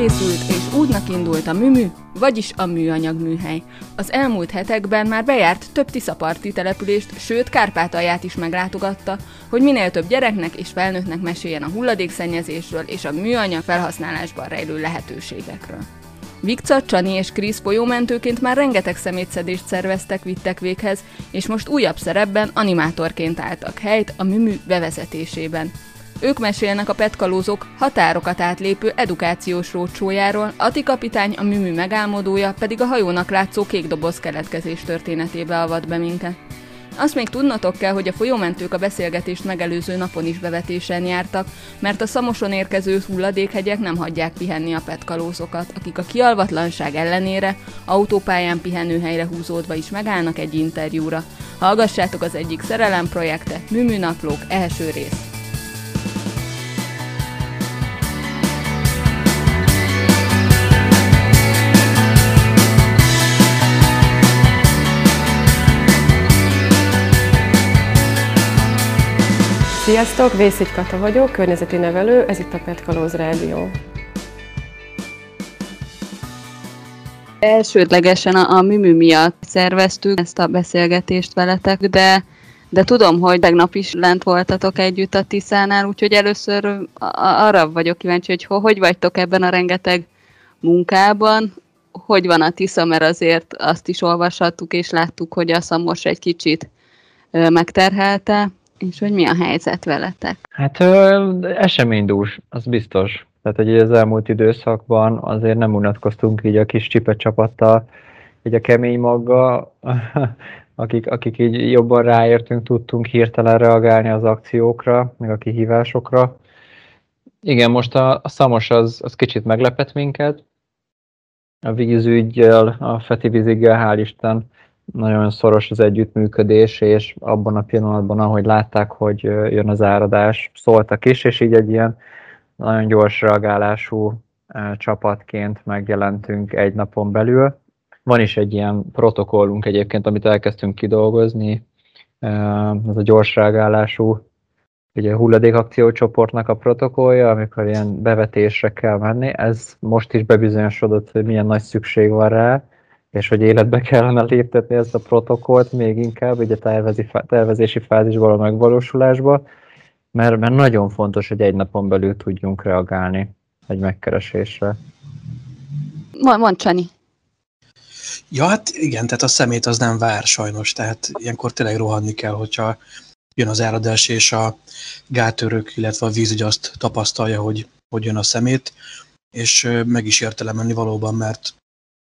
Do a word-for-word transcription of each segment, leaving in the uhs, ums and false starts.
Elkészült és útnak indult a műmű, vagyis a műanyag műhely. Az elmúlt hetekben már bejárt több tiszaparti települést, sőt Kárpátalját is meglátogatta, hogy minél több gyereknek és felnőttnek meséljen a hulladékszennyezésről és a műanyag felhasználásban rejlő lehetőségekről. Vikca, Csani és Krisz folyómentőként már rengeteg szemétszedést szerveztek, vittek véghez, és most újabb szerepben animátorként álltak helyt a műmű bevezetésében. Ők mesélnek a petkalózok határokat átlépő edukációs rócsójáról, Ati kapitány, a műmű megálmodója pedig a hajónak látszó kék doboz keletkezés történetébe avat be minket. Azt még tudnotok kell, hogy a folyómentők a beszélgetést megelőző napon is bevetésen jártak, mert a Szamoson érkező hulladékhegyek nem hagyják pihenni a petkalózokat, akik a kialvatlanság ellenére autópályán pihenőhelyre húzódva is megállnak egy interjúra. Hallgassátok az egyik szerelem projekte, Műmű naplók első rész. Sziasztok, Vészigy Kata vagyok, környezeti nevelő, ez itt a Petkalóz Rádió. Elsődlegesen a, a műmű miatt szerveztük ezt a beszélgetést veletek, de, de tudom, hogy tegnap is lent voltatok együtt a Tiszánál, úgyhogy először arra vagyok kíváncsi, hogy hogy vagytok ebben a rengeteg munkában, hogy van a Tisza, mert azért azt is olvashattuk és láttuk, hogy a Szamos egy kicsit megterhelte. És hogy mi a helyzet veletek? Hát ö, eseménydús, az biztos. Tehát, hogy az elmúlt időszakban azért nem unatkoztunk így a kis csipet csapattal, így a kemény maggal, akik, akik így jobban ráértünk, tudtunk hirtelen reagálni az akciókra, meg a kihívásokra. Igen, most a, a Szamos az, az kicsit meglepett minket. A vízüggyel, a Feti víziggel, hál' Isten, nagyon szoros az együttműködés, és abban a pillanatban, ahogy látták, hogy jön az áradás, szóltak is, és így egy ilyen nagyon gyors reagálású csapatként megjelentünk egy napon belül. Van is egy ilyen protokollunk egyébként, amit elkezdtünk kidolgozni, ez a gyors reagálású ugye, hulladékakciócsoportnak a protokollja, amikor ilyen bevetésre kell menni. Ez most is bebizonyosodott, hogy milyen nagy szükség van rá, és hogy életbe kellene léptetni ezt a protokollt még inkább, ugye tervezi, tervezési fázisból a megvalósulásba, mert, mert nagyon fontos, hogy egy napon belül tudjunk reagálni egy megkeresésre. Mondd, Csani. Ja, hát igen, tehát a szemét az nem vár sajnos, tehát ilyenkor tényleg rohanni kell, hogyha jön az áradás, és a gátőrök, illetve a vízügy azt tapasztalja, hogy, hogy jön a szemét, és meg is érte lemenni valóban, mert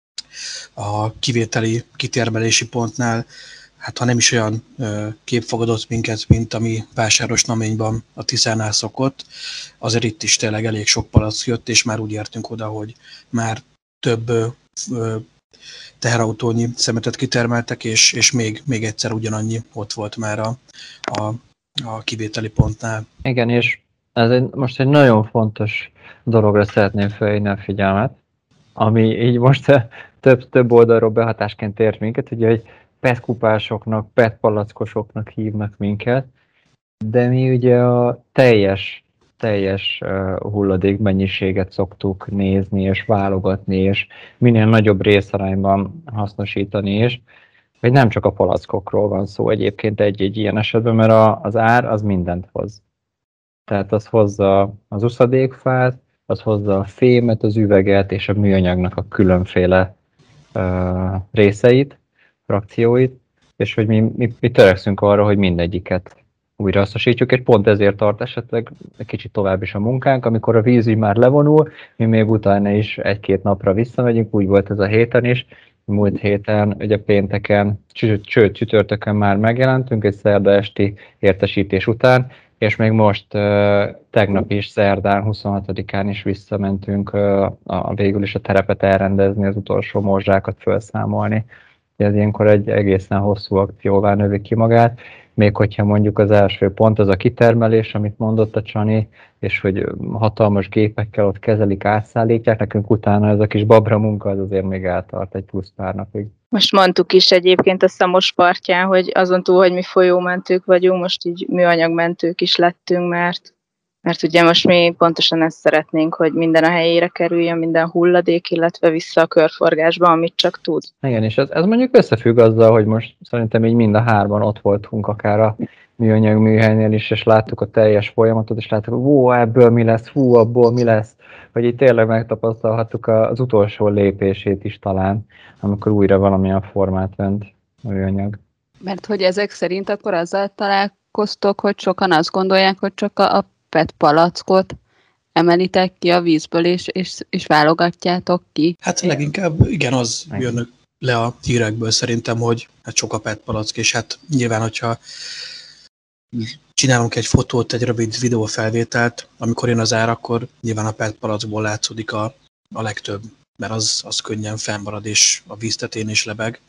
a kivételi kitermelési pontnál, hát ha nem is olyan ö, kép fogadott minket, mint ami Vásáros Naményban a Tiszánál szokott, azért itt is tényleg elég sok palack jött, és már úgy értünk oda, hogy már több ö, ö, teherautónyi szemetet kitermeltek, és, és még, még egyszer ugyanannyi ott volt már a, a, a kivételi pontnál. Igen, és ez egy, most egy nagyon fontos dologra szeretném felhívni a figyelmet, ami így most több, több oldalról behatásként ért minket, ugye, hogy petkupásoknak, petpalackosoknak hívnak minket, de mi ugye a teljes, teljes uh, hulladék mennyiséget szoktuk nézni és válogatni, és minél nagyobb részarányban hasznosítani is. Hogy nem csak a palackokról van szó egyébként egy-egy ilyen esetben, mert a, az ár az mindent hoz. Tehát az hozza az uszadékfát, az hozza a fémet, az üveget és a műanyagnak a különféle uh, részeit, frakcióit, és hogy mi, mi, mi törekszünk arra, hogy mindegyiket újra hasznosítjuk, és pont ezért tart esetleg egy kicsit tovább is a munkánk, amikor a vízügy már levonul, mi még utána is egy-két napra visszamegyünk, úgy volt ez a héten is, múlt héten, ugye pénteken, sőt csütörtökön már megjelentünk egy szerda esti értesítés után, és még most uh, tegnap is, szerdán, huszonhatodikán is visszamentünk uh, a, végül is a terepet elrendezni, az utolsó morzsákat felszámolni. Ez ilyenkor egy egészen hosszú akcióvá növi ki magát, még hogyha mondjuk az első pont az a kitermelés, amit mondott a Csani, és hogy hatalmas gépekkel ott kezelik, átszállítják, nekünk utána ez a kis babra munka az azért még eltart egy plusz pár napig. Most mondtuk is egyébként a Szamos partján, hogy azon túl, hogy mi folyómentők vagyunk, most így műanyagmentők is lettünk, mert Mert ugye most mi pontosan ezt szeretnénk, hogy minden a helyére kerüljön, minden hulladék, illetve vissza a körforgásba, amit csak tud. Igen, és ez, ez mondjuk összefügg azzal, hogy most szerintem így mind a hárman ott voltunk akár a műanyag műhelynél is, és láttuk a teljes folyamatot, és láttuk, hogy ó, ebből mi lesz, hú, abból mi lesz, hogy itt tényleg megtapasztalhattuk az utolsó lépését is talán, amikor újra valamilyen formát önt a műanyag. Mert hogy ezek szerint akkor azzal találkoztok, hogy sokan azt gondolják, hogy csak a, a pé e té palackot emelitek ki a vízből, és, és, és válogatjátok ki. Hát leginkább igen, az jön le a hírekből szerintem, hogy hát sok a pé e té palack, és hát nyilván, hogyha csinálunk egy fotót, egy rövid videófelvételt, amikor jön az ár, akkor nyilván a pé e té palackból látszódik a, a legtöbb, mert az, az könnyen fennmarad, és a víztetén is lebeg.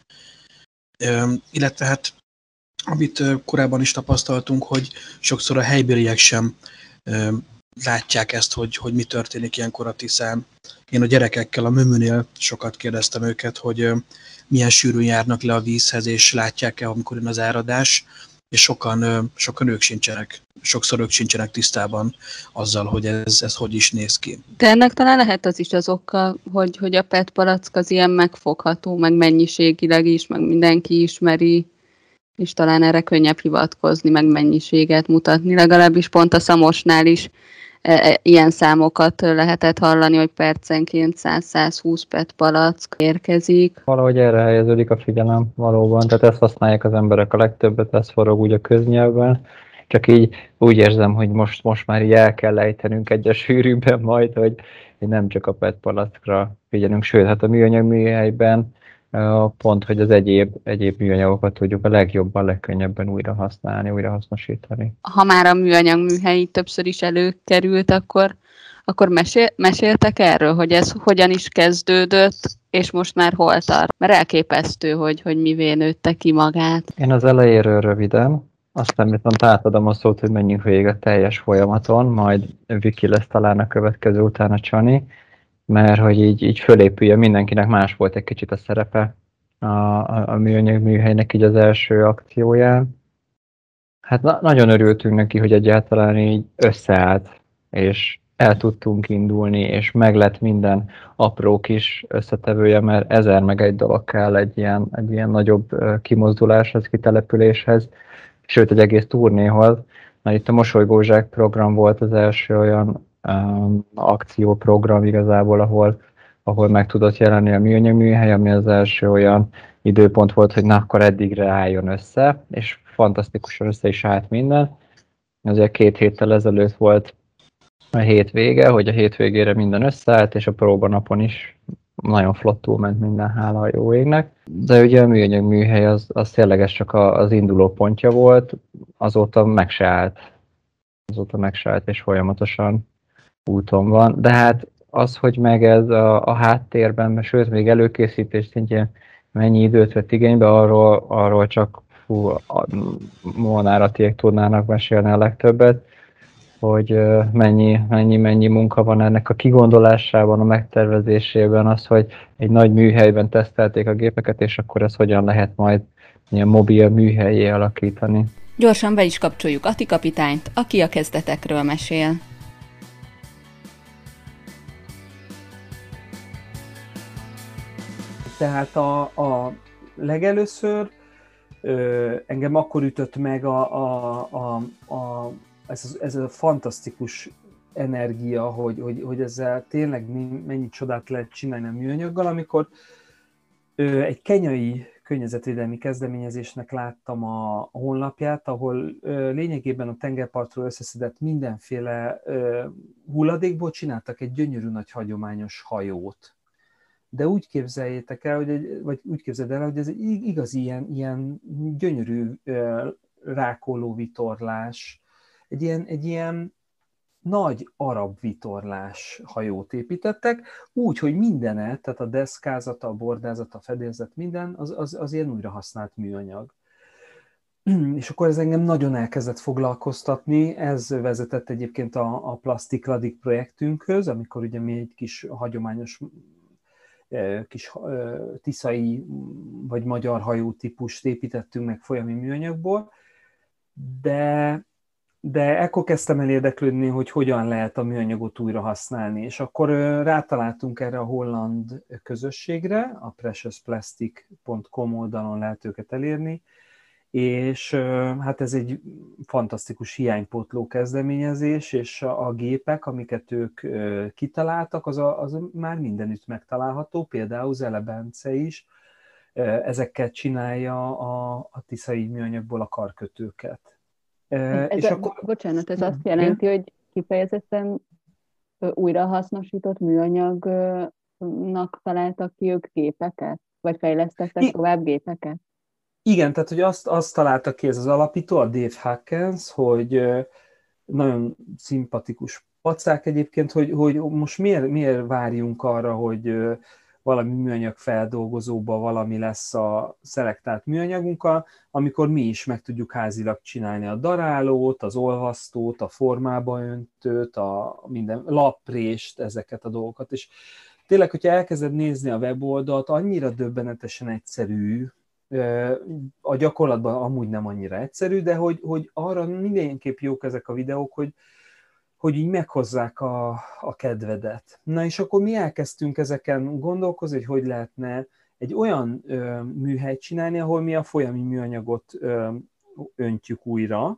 Üm, illetve hát, amit korábban is tapasztaltunk, hogy sokszor a helybéliek sem üm, látják ezt, hogy, hogy mi történik ilyenkor a Tiszán. Én a gyerekekkel a Möműnél sokat kérdeztem őket, hogy üm, milyen sűrűn járnak le a vízhez, és látják-e, amikor jön az áradás, és sokan, sokan ők sincsenek, sokszor ők sincsenek tisztában azzal, hogy ez, ez hogy is néz ki. De ennek talán lehet az is az oka, hogy, hogy a pé e té palack az ilyen megfogható, meg mennyiségileg is, meg mindenki ismeri, és talán erre könnyebb hivatkozni, meg mennyiséget mutatni. Legalábbis pont a Szamosnál is e, e, ilyen számokat lehetett hallani, hogy percenként száz-százhúsz pé e té palack érkezik. Valahogy erre helyeződik a figyelem valóban, tehát ezt használják az emberek a legtöbbet, ez forog úgy a köznyelvben. Csak így úgy érzem, hogy most, most már így el kell ejtenünk egyes sűrűbben majd, hogy, hogy nem csak a pé e té palackra figyelünk, sőt, hát a műanyag műhelyben pont, hogy az egyéb, egyéb műanyagokat tudjuk a legjobban, legkönnyebben újra használni, újra hasznosítani. Ha már a műanyag műhely többször is előkerült, akkor, akkor mesél, meséltek erről, hogy ez hogyan is kezdődött, és most már hol tart? Mert elképesztő, hogy, hogy mivé nőtte ki magát. Én az elejéről röviden, aztán viszont átadom a szót, hogy menjünk végig a teljes folyamaton, majd Viki lesz talán a következő, utána Csani, mert hogy így, így fölépülje, mindenkinek más volt egy kicsit a szerepe a, a, a műanyag műhelynek így az első akcióján. Hát na, nagyon örültünk neki, hogy egyáltalán így összeállt, és el tudtunk indulni, és meg lett minden apró kis összetevője, mert ezer meg egy dolog kell egy ilyen, egy ilyen nagyobb kimozduláshoz, kitelepüléshez, sőt egy egész turnéhoz, mert itt a Mosolygózsák program volt az első olyan um, akcióprogram igazából, ahol, ahol meg tudott jelenni a műanyag műhely, ami az első olyan időpont volt, hogy na akkor eddigre álljon össze, és fantasztikusan össze is állt minden. Azért két héttel ezelőtt volt a hétvége, hogy a hétvégére minden összeállt, és a próbanapon is nagyon flottul ment minden, hála a jó égnek. De ugye a műanyag műhely az, az tényleg ez csak a, az induló pontja volt, azóta meg se állt. Azóta meg se állt, és folyamatosan úton van. De hát az, hogy meg ez a, a háttérben, sőt még előkészítés szintjén mennyi időt vett igénybe, arról, arról csak fú, Molnáratiek tudnának mesélni a legtöbbet, hogy mennyi, mennyi, mennyi munka van ennek a kigondolásában, a megtervezésében, az, hogy egy nagy műhelyben tesztelték a gépeket, és akkor ez hogyan lehet majd ilyen mobil műhelyé alakítani. Gyorsan be is kapcsoljuk Ati kapitányt, aki a kezdetekről mesél. Tehát a, a legelőször ö, engem akkor ütött meg a, a, a, a, ez, ez a fantasztikus energia, hogy, hogy, hogy ezzel tényleg mennyi csodát lehet csinálni a műanyaggal, amikor ö, egy kenyai környezetvédelmi kezdeményezésnek láttam a, a honlapját, ahol ö, lényegében a tengerpartról összeszedett mindenféle ö, hulladékból csináltak egy gyönyörű nagy hagyományos hajót. De úgy képzeljétek el, hogy egy, vagy úgy képzeld el, hogy ez egy igazi ilyen, ilyen gyönyörű ö, rákoló vitorlás, egy ilyen, egy ilyen nagy arab vitorlás hajót építettek, úgy, hogy mindenet, tehát a deszkázata, a bordázata, a fedélzet, minden, az, az, az ilyen újra használt műanyag. És akkor ez engem nagyon elkezdett foglalkoztatni, ez vezetett egyébként a, a Plastikladik projektünkhöz, amikor ugye mi egy kis hagyományos kis tiszai vagy magyar hajótípust építettünk meg folyami műanyagból, de de ekkor kezdtem el érdeklődni, hogy hogyan lehet a műanyagot újra használni, és akkor rátaláltunk erre a holland közösségre, a precious plastic pont com oldalon lehet őket elérni, és hát ez egy fantasztikus hiánypótló kezdeményezés, és a gépek, amiket ők kitaláltak, az, a, az már mindenütt megtalálható, például Zele Bence is ezekkel csinálja a, a tiszai műanyagból a karkötőket. Ez És a, akkor... Bocsánat, ez azt jelenti, hogy kifejezetten újrahasznosított műanyagnak találtak ki ők gépeket? Vagy fejlesztettek I- tovább gépeket? Igen, tehát hogy azt, azt találta ki ez az alapító, a Dave Hackens, hogy nagyon szimpatikus pacák egyébként, hogy, hogy most miért, miért várjunk arra, hogy valami műanyag feldolgozóba valami lesz a szelektált műanyagunkkal, amikor mi is meg tudjuk házilag csinálni a darálót, az olvasztót, a formába öntőt, a minden laprést, ezeket a dolgokat. És tényleg, hogyha elkezded nézni a weboldalt, annyira döbbenetesen egyszerű, a gyakorlatban amúgy nem annyira egyszerű, de hogy, hogy arra mindenképp jók ezek a videók, hogy, hogy így meghozzák a, a kedvedet. Na és akkor mi elkezdtünk ezeken gondolkozni, hogy hogy lehetne egy olyan ö, műhelyt csinálni, ahol mi a folyami műanyagot ö, öntjük újra,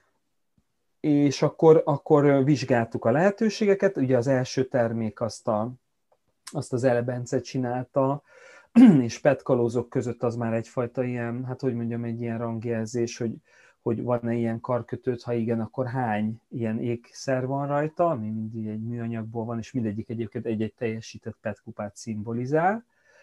és akkor, akkor vizsgáltuk a lehetőségeket. Ugye az első termék azt, a, azt az Zele Bence csinálta, és petkalózok között az már egyfajta ilyen, hát hogy mondjam, egy ilyen rangjelzés, hogy, hogy van-e ilyen karkötőt, ha igen, akkor hány ilyen ékszer van rajta, ami mindig egy műanyagból van, és mindegyik egyébként egy-egy teljesített petkupát szimbolizál.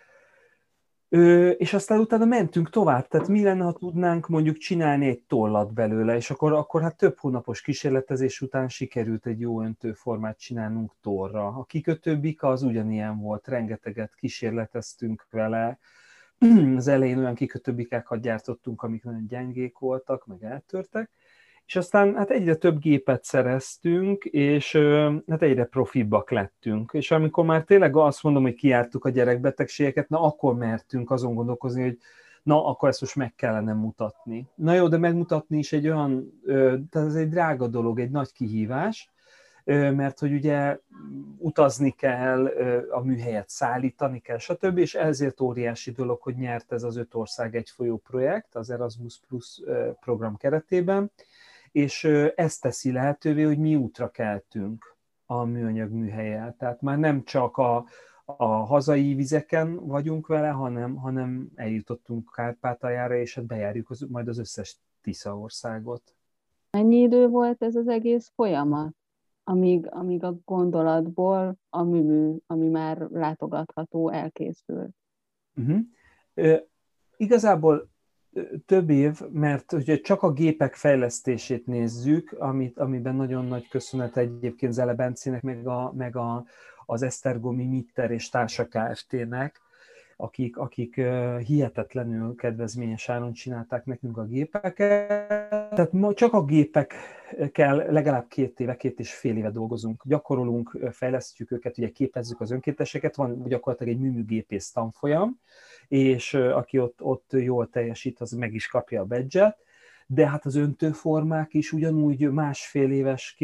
Ö, és aztán utána mentünk tovább, tehát mi lenne, ha tudnánk mondjuk csinálni egy tollat belőle, és akkor, akkor hát több hónapos kísérletezés után sikerült egy jó öntőformát csinálnunk torra. A kikötőbika az ugyanilyen volt, rengeteget kísérleteztünk vele, az elején olyan kikötőbikákat gyártottunk, amik nagyon gyengék voltak, meg eltörtek, és aztán hát egyre több gépet szereztünk, és hát egyre profibbak lettünk. És amikor már tényleg azt mondom, hogy kijártuk a gyerekbetegségeket, na akkor mertünk azon gondolkozni, hogy na, akkor ezt most meg kellene mutatni. Na jó, de megmutatni is egy olyan, tehát ez egy drága dolog, egy nagy kihívás, mert hogy ugye utazni kell, a műhelyet szállítani kell, stb. És ezért óriási dolog, hogy nyert ez az öt ország egy folyó projekt, az Erasmus Plus program keretében, és ez teszi lehetővé, hogy mi útra keltünk a műanyag műhellyel. Tehát már nem csak a, a hazai vizeken vagyunk vele, hanem, hanem eljutottunk Kárpátaljára, és hát bejárjuk az, majd az összes Tisza országot. Mennyi idő volt ez az egész folyamat, amíg, amíg a gondolatból a műmű, ami már látogatható, elkészült? Uh-huh. E, igazából több év, mert ugye csak a gépek fejlesztését nézzük, amit, amiben nagyon nagy köszönet egyébként Zele Bencének, meg, a, meg a, az Esztergomi Mitter és Társa Kft-nek, akik, akik hihetetlenül kedvezményes áron csinálták nekünk a gépeket. Tehát ma csak a gépekkel legalább két éve, két és fél éve dolgozunk. Gyakorolunk, fejlesztjük őket, ugye képezzük az önkénteseket, van gyakorlatilag egy műműgépész tanfolyam, és aki ott, ott jól teljesít, az meg is kapja a badge-et, de hát az öntőformák is ugyanúgy másfél éves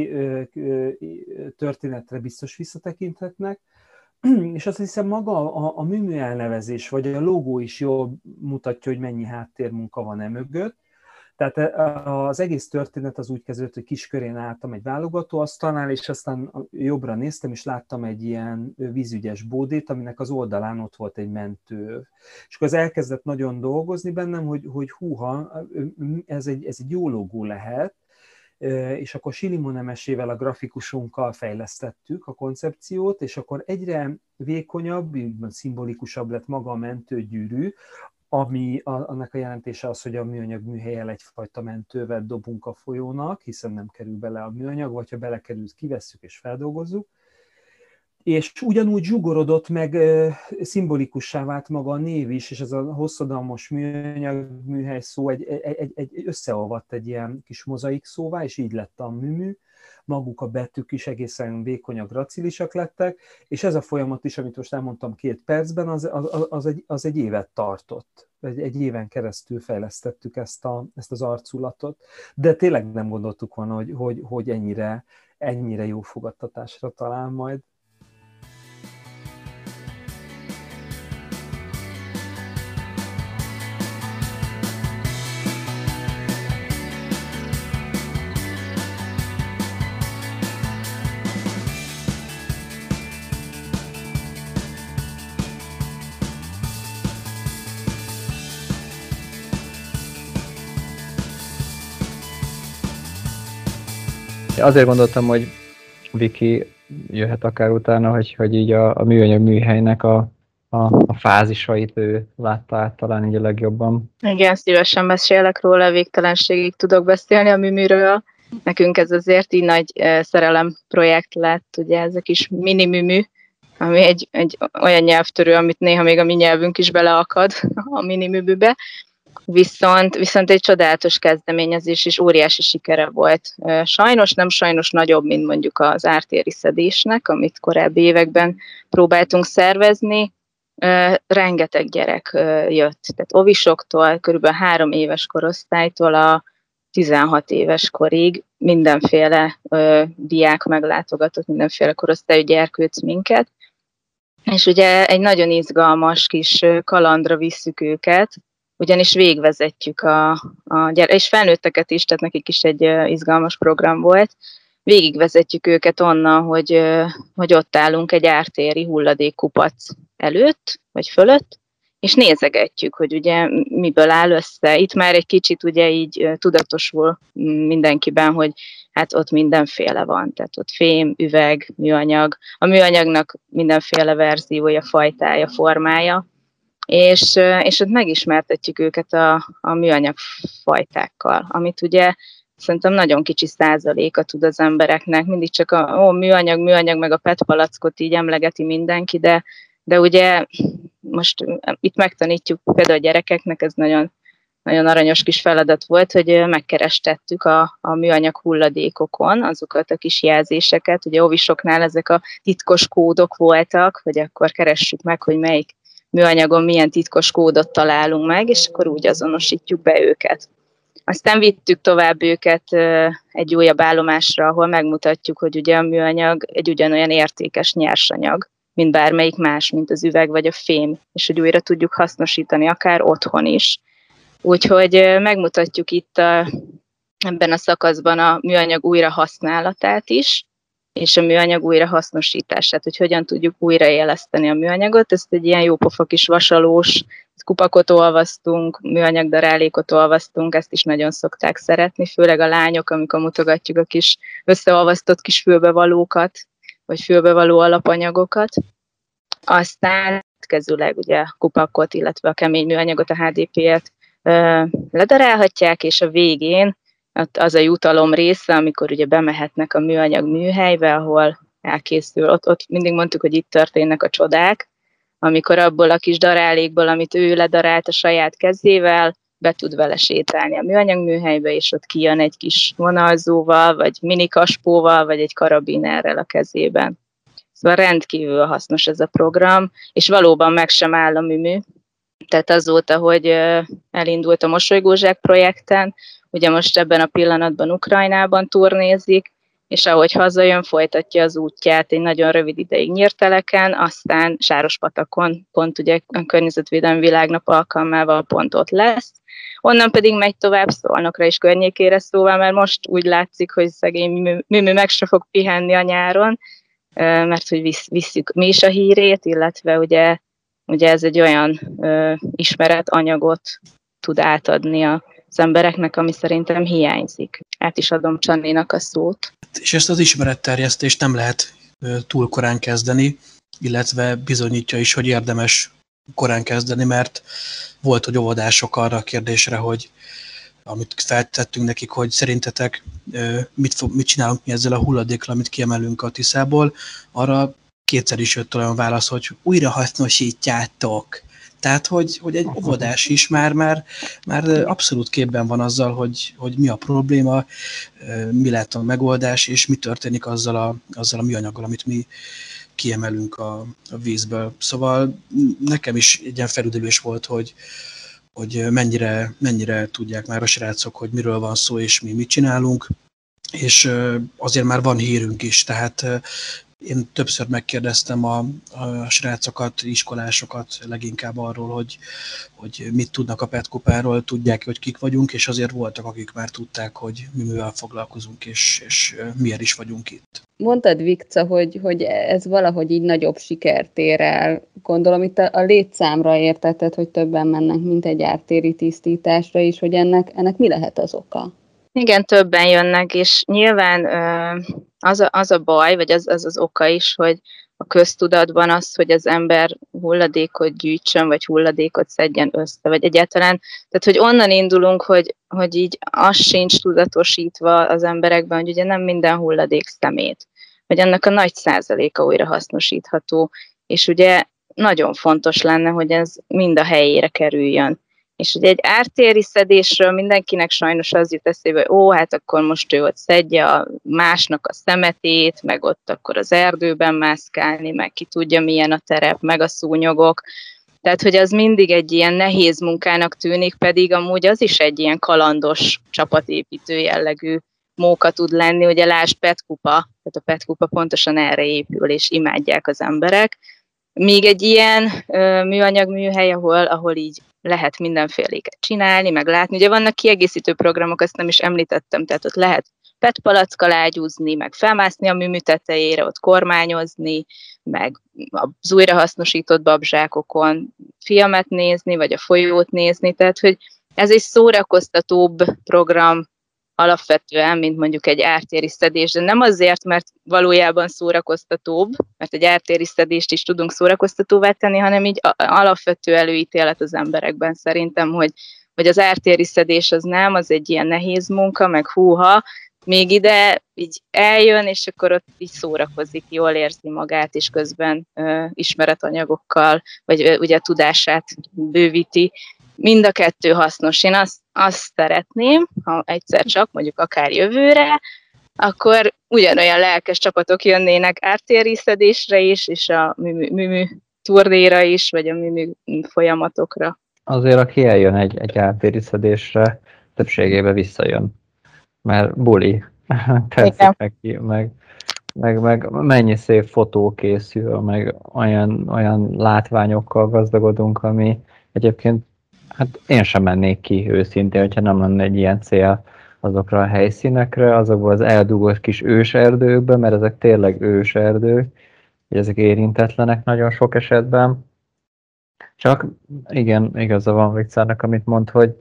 történetre biztos visszatekinthetnek, és azt hiszem maga a, a műmű elnevezés, vagy a logó is jól mutatja, hogy mennyi háttérmunka van e mögött. Tehát az egész történet az úgy kezdődött, hogy kiskörén álltam egy válogatóasztalnál, és aztán jobbra néztem, és láttam egy ilyen vízügyes bódét, aminek az oldalán ott volt egy mentő. És akkor az elkezdett nagyon dolgozni bennem, hogy, hogy húha, ez egy, ez egy jó logó lehet, és akkor Silimo Nemesével, a grafikusunkkal fejlesztettük a koncepciót, és akkor egyre vékonyabb, szimbolikusabb lett maga a mentőgyűrű, ami a, annak a jelentése az, hogy a műanyag műhellyel egyfajta mentővel dobunk a folyónak, hiszen nem kerül bele a műanyag, vagy ha belekerül, kivesszük és feldolgozzuk. És ugyanúgy zsugorodott meg, szimbolikussá vált maga a név is, és ez a hosszadalmas műanyag műhely szó egy, egy, egy összeolvadt egy ilyen kis mozaik szóvá, és így lett a műmű. Maguk a betűk is egészen vékonyak, gracilisak lettek, és ez a folyamat is, amit most elmondtam két percben, az, az, az, egy, az egy évet tartott. Egy, egy éven keresztül fejlesztettük ezt, a, ezt az arculatot, de tényleg nem gondoltuk volna, hogy, hogy, hogy ennyire, ennyire jó fogadtatásra talál majd. Azért gondoltam, hogy Viki jöhet akár utána, hogy, hogy így a, a műanyag műhelynek a, a, a fázisait ő látta át talán így a legjobban. Igen, szívesen mesélek róla, végtelenségig tudok beszélni a műműről. Nekünk ez azért így nagy szerelem projekt lett, ugye ez a kis mini műmű, ami egy, egy olyan nyelvtörő, amit néha még a mi nyelvünk is beleakad a mini műműbe. Viszont, viszont egy csodálatos kezdeményezés és óriási sikere volt. Sajnos, nem sajnos nagyobb, mint mondjuk az ártéri szedésnek, amit korábbi években próbáltunk szervezni. Rengeteg gyerek jött, tehát ovisoktól, körülbelül három éves korosztálytól a tizenhat éves korig mindenféle diák meglátogatott, mindenféle korosztályú gyerkőc minket. És ugye egy nagyon izgalmas kis kalandra visszük őket, ugyanis végigvezetjük a, a gyere- és felnőtteket is, tehát nekik is egy uh, izgalmas program volt. Végigvezetjük őket onnan, hogy, uh, hogy ott állunk egy ártéri hulladékkupac előtt, vagy fölött, és nézegetjük, hogy ugye miből áll össze. Itt már egy kicsit ugye így uh, tudatosul mindenkiben, hogy hát ott mindenféle van, tehát ott fém, üveg, műanyag. A műanyagnak mindenféle verziója, fajtája, formája. És, és ott megismertetjük őket a, a műanyag fajtákkal, amit ugye szerintem nagyon kicsi százaléka tud az embereknek, mindig csak a ó, műanyag, műanyag, meg a pé é té palackot így emlegeti mindenki, de, de ugye most itt megtanítjuk például a gyerekeknek, ez nagyon, nagyon aranyos kis feladat volt, hogy megkerestettük a, a műanyag hulladékokon azokat a kis jelzéseket, ugye óvisoknál ezek a titkos kódok voltak, hogy akkor keressük meg, hogy melyik műanyagon milyen titkos kódot találunk meg, és akkor úgy azonosítjuk be őket. Aztán vittük tovább őket egy újabb állomásra, ahol megmutatjuk, hogy ugye a műanyag egy ugyanolyan értékes nyersanyag, mint bármelyik más, mint az üveg vagy a fém, és hogy újra tudjuk hasznosítani, akár otthon is. Úgyhogy megmutatjuk itt a, ebben a szakaszban a műanyag újrahasználatát is, és a műanyag újrahasznosítását, hogy hogyan tudjuk újraéleszteni a műanyagot. Ezt egy ilyen jópofa kis vasalós kupakot olvasztunk, műanyag darálékot olvasztunk, ezt is nagyon szokták szeretni, főleg a lányok, amikor mutogatjuk a kis összeolvasztott kis fülbevalókat, vagy fülbevaló alapanyagokat. Aztán következőleg ugye kupakot, illetve a kemény műanyagot, a há dé pé-et ledarálhatják, és a végén az a jutalom része, amikor ugye bemehetnek a műanyag műhelybe, ahol elkészül. Ott, ott mindig mondtuk, hogy itt történnek a csodák, amikor abból a kis darálékból, amit ő ledarált a saját kezével, be tud vele sétálni a műanyag műhelybe, és ott kijön egy kis vonalzóval, vagy minikaspóval, vagy egy karabinerrel a kezében. Szóval rendkívül hasznos ez a program, és valóban meg sem áll a műmű. Tehát azóta, hogy elindult a Mosolygózsák projekten, ugye most ebben a pillanatban Ukrajnában turnézik, és ahogy hazajön, folytatja az útját egy nagyon rövid ideig Nyírteleken, aztán Sárospatakon, pont ugye a Környezetvédelmi Világnap alkalmával pont ott lesz. Onnan pedig megy tovább Szolnokra és környékére, szóval mert most úgy látszik, hogy szegény Műmű meg se fog pihenni a nyáron, mert hogy visz, visszük mi is a hírét, illetve ugye, ugye ez egy olyan ö, ismeretanyagot tud átadni az embereknek, ami szerintem hiányzik. Át is adom Csanninak a szót. És ezt az ismeretterjesztést nem lehet ö, túl korán kezdeni, illetve bizonyítja is, hogy érdemes korán kezdeni, mert volt, hogy óvodások arra a kérdésre, hogy amit feltettünk nekik, hogy szerintetek mit, mit csinálunk mi ezzel a hulladékkal, amit kiemelünk a Tiszából, arra kétszer is jött olyan válasz, hogy újra hasznosítjátok. Tehát, hogy, hogy egy óvodás is már, már, már abszolút képben van azzal, hogy, hogy mi a probléma, mi lehet a megoldás, és mi történik azzal a, azzal a műanyaggal, amit mi kiemelünk a, a vízből. Szóval nekem is egy ilyen felüdülés volt, hogy, hogy mennyire, mennyire tudják már a srácok, hogy miről van szó, és mi mit csinálunk, és azért már van hírünk is, tehát én többször megkérdeztem a, a srácokat, iskolásokat leginkább arról, hogy, hogy mit tudnak a petkupáról, tudják, hogy kik vagyunk, és azért voltak, akik már tudták, hogy mi mivel foglalkozunk, és, és miért is vagyunk itt. Mondtad, Vikca, hogy, hogy ez valahogy így nagyobb sikert ér el. Gondolom itt a, a létszámra értetted, hogy többen mennek, mint egy ártéri tisztításra is, hogy ennek, ennek mi lehet az oka? Igen, többen jönnek, és nyilván az a, az a baj, vagy az, az az oka is, hogy a köztudatban az, hogy az ember hulladékot gyűjtsön, vagy hulladékot szedjen össze, vagy egyáltalán, tehát hogy onnan indulunk, hogy, hogy így az sincs tudatosítva az emberekben, hogy ugye nem minden hulladék szemét, vagy annak a nagy százaléka újra hasznosítható, és ugye nagyon fontos lenne, hogy ez mind a helyére kerüljön. És ugye egy ártéri szedésről mindenkinek sajnos az jut eszébe, hogy ó, hát akkor most ő ott szedje a másnak a szemetét, meg ott akkor az erdőben mászkálni, meg ki tudja milyen a terep, meg a szúnyogok. Tehát, hogy az mindig egy ilyen nehéz munkának tűnik, pedig amúgy az is egy ilyen kalandos, csapatépítő jellegű móka tud lenni. Ugye lásd petkupa, tehát a petkupa pontosan erre épül, és imádják az emberek. Míg egy ilyen ö, műanyag műhely, ahol, ahol így lehet mindenféléket csinálni, meg látni. Ugye vannak kiegészítő programok, azt nem is említettem, tehát ott lehet petpalackkal ágyúzni, meg felmászni a műmű tetejére, ott kormányozni, meg az újrahasznosított babzsákokon filmet nézni, vagy a folyót nézni, tehát hogy ez egy szórakoztatóbb program alapvetően, mint mondjuk egy ártéri szedés, de nem azért, mert valójában szórakoztatóbb, mert egy ártéri szedést is tudunk szórakoztatóvá tenni, hanem így alapvető előítélet az emberekben szerintem, hogy, hogy az ártéri szedés az nem, az egy ilyen nehéz munka, meg húha, még ide így eljön, és akkor ott így szórakozik, jól érzi magát, és közben ö, ismeretanyagokkal, vagy ö, ugye tudását bővíti. Mind a kettő hasznos. Én azt, azt szeretném, ha egyszer csak, mondjuk akár jövőre, akkor ugyanolyan lelkes csapatok jönnének ártéri szedésre is, és a műmű, műmű turdéra is, vagy a műmű folyamatokra. Azért, aki eljön egy, egy ártéri szedésre, többségében visszajön. Mert buli, tetszik neki, meg, meg, meg mennyi szép fotó készül, meg olyan, olyan látványokkal gazdagodunk, ami egyébként, hát én sem mennék ki őszintén, hogyha nem lenne egy ilyen cél azokra a helyszínekre, azokból az eldugott kis őserdőkbe, mert ezek tényleg őserdők, hogy ezek érintetlenek nagyon sok esetben. Csak igen, igaza van Vikcának, amit mond, hogy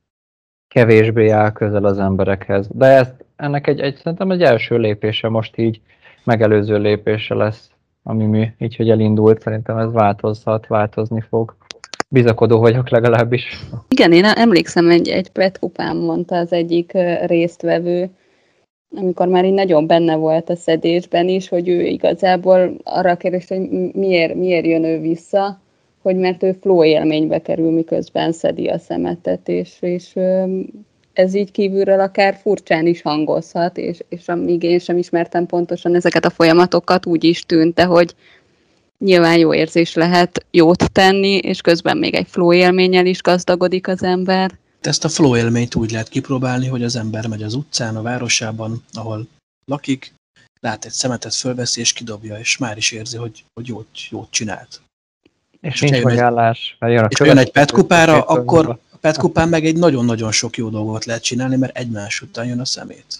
kevésbé áll közel az emberekhez. De ezt, ennek egy, egy, szerintem egy első lépése most így, megelőző lépése lesz a műmű, így, hogy elindult, szerintem ez változhat, változni fog. Bizakodó vagyok legalábbis. Igen, én emlékszem, egy, egy petkupám mondta az egyik résztvevő, amikor már így nagyon benne volt a szedésben is, hogy ő igazából arra kérdezte, hogy miért, miért jön ő vissza, hogy mert ő flow élménybe kerül, miközben szedi a szemetet, és, és ez így kívülről akár furcsán is hangozhat, és, és amíg én sem ismertem pontosan ezeket a folyamatokat, úgy is tűnt, de hogy nyilván jó érzés lehet jót tenni, és közben még egy flow élménnyel is gazdagodik az ember. Ezt a flow élményt úgy lehet kipróbálni, hogy az ember megy az utcán, a városában, ahol lakik, lát egy szemetet, fölveszi és kidobja, és már is érzi, hogy, hogy jót, jót csinált. És nincs megállás. És olyan egy petkupára, akkor a petkupán meg egy nagyon-nagyon sok jó dolgot lehet csinálni, mert egymás után jön a szemét.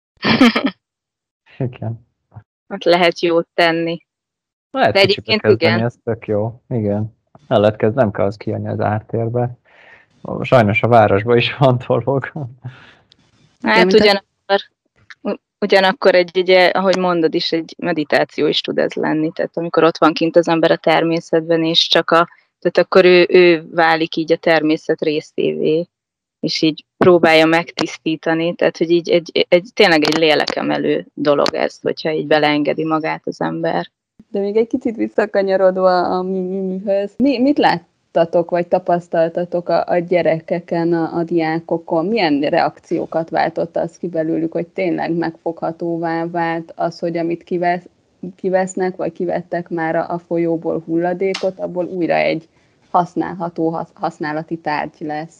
Igen. Ott lehet jót tenni. Lehet de egyébként kezdeni, igen. Ez tök jó. Igen. El lehet kezdeni, nem kell az kijönni az ártérbe. Sajnos a városban is van dolog. Hát ugyanakkor, ugyanakkor egy, egy, ahogy mondod is, egy meditáció is tud ez lenni. Tehát amikor ott van kint az ember a természetben, és csak a, tehát akkor ő, ő válik így a természet részévé, és így próbálja megtisztítani. Tehát, hogy így egy, egy, tényleg egy lélekemelő dolog ez, hogyha így beleengedi magát az ember. De még egy kicsit visszakanyarodva a műhöz, mi, mit láttatok, vagy tapasztaltatok a, a gyerekeken, a, a diákokon? Milyen reakciókat váltott az ki belőlük, hogy tényleg megfoghatóvá vált az, hogy amit kivesz, kivesznek, vagy kivettek már a, a folyóból hulladékot, abból újra egy használható, használati tárgy lesz?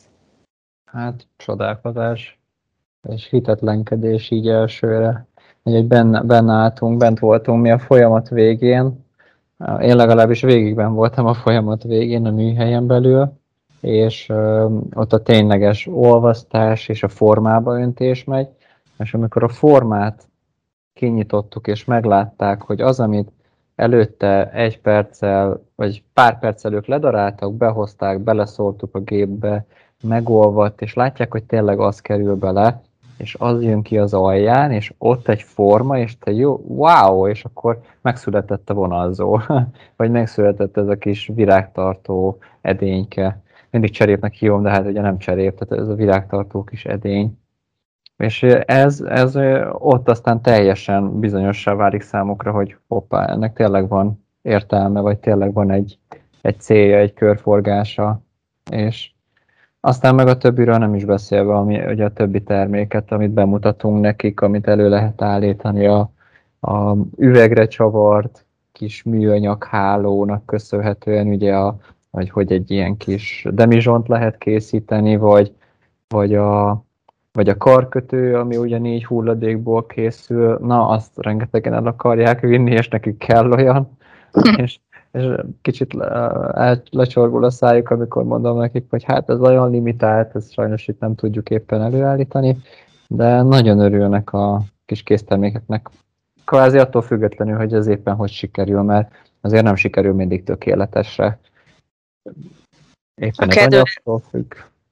Hát csodálkozás és hitetlenkedés így elsőre. Hogy benne, benne álltunk, bent voltunk mi a folyamat végén. Én legalábbis végigben voltam a folyamat végén a műhelyen belül, és ö, ott a tényleges olvasztás és a formába öntés megy, és amikor a formát kinyitottuk és meglátták, hogy az, amit előtte egy perccel, vagy pár perccel ők ledaráltak, behozták, beleszóltuk a gépbe, megolvadt, és látják, hogy tényleg az kerül bele, és az jön ki az alján, és ott egy forma, és te jó, wow, és akkor megszületett a vonalzó, vagy megszületett ez a kis virágtartó edényke. Mindig cserépnek hívom, de hát ugye nem cserép, tehát ez a virágtartó kis edény. És ez, ez ott aztán teljesen bizonyossá válik számukra, hogy hoppá, ennek tényleg van értelme, vagy tényleg van egy, egy célja, egy körforgása, és aztán meg a többiről nem is beszélve, ami ugye a többi terméket, amit bemutatunk nekik, amit elő lehet állítani, a, a üvegre csavart kis műanyag hálónak köszönhetően, ugye, a, vagy hogy egy ilyen kis demizsont lehet készíteni, vagy, vagy, a, vagy a karkötő, ami ugyanígy hulladékból készül, na azt rengetegen el akarják vinni, és nekik kell olyan, és és kicsit le, lecsorgul a szájuk, amikor mondom nekik, hogy hát ez olyan limitált, ezt sajnos itt nem tudjuk éppen előállítani, de nagyon örülnek a kis késztermékeknek, kvázi attól függetlenül, hogy ez éppen hogy sikerül, mert azért nem sikerül mindig tökéletesre. Éppen a ez anyagtól függ.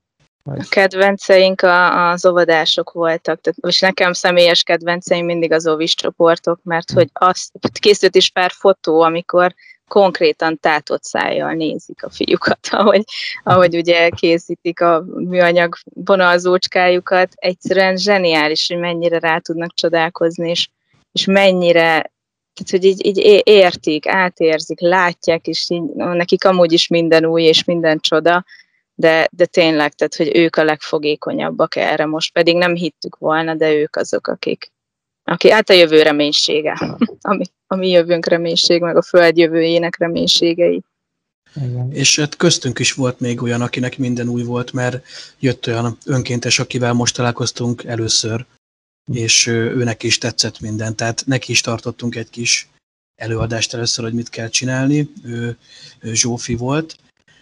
A kedvenceink a, az óvodások voltak, tehát most nekem személyes kedvenceim mindig az óvis csoportok, mert hogy azt készült is pár fotó, amikor konkrétan tátott szájjal nézik a fiúkat, ahogy, ahogy ugye készítik a műanyag vonalzócskájukat. Egyszerűen zseniális, hogy mennyire rá tudnak csodálkozni, és, és mennyire, tehát hogy így, így értik, átérzik, látják, és így, nekik amúgy is minden új és minden csoda, de, de tényleg, tehát hogy ők a legfogékonyabbak erre most, pedig nem hittük volna, de ők azok, akik aki át a jövő reménysége, ami, ami jövőnk reménység, meg a föld jövőjének reménységei. Igen. És hát köztünk is volt még olyan, akinek minden új volt, mert jött olyan önkéntes, akivel most találkoztunk először, és őnek is tetszett minden, tehát neki is tartottunk egy kis előadást először, hogy mit kell csinálni, ő, ő Zsófi volt,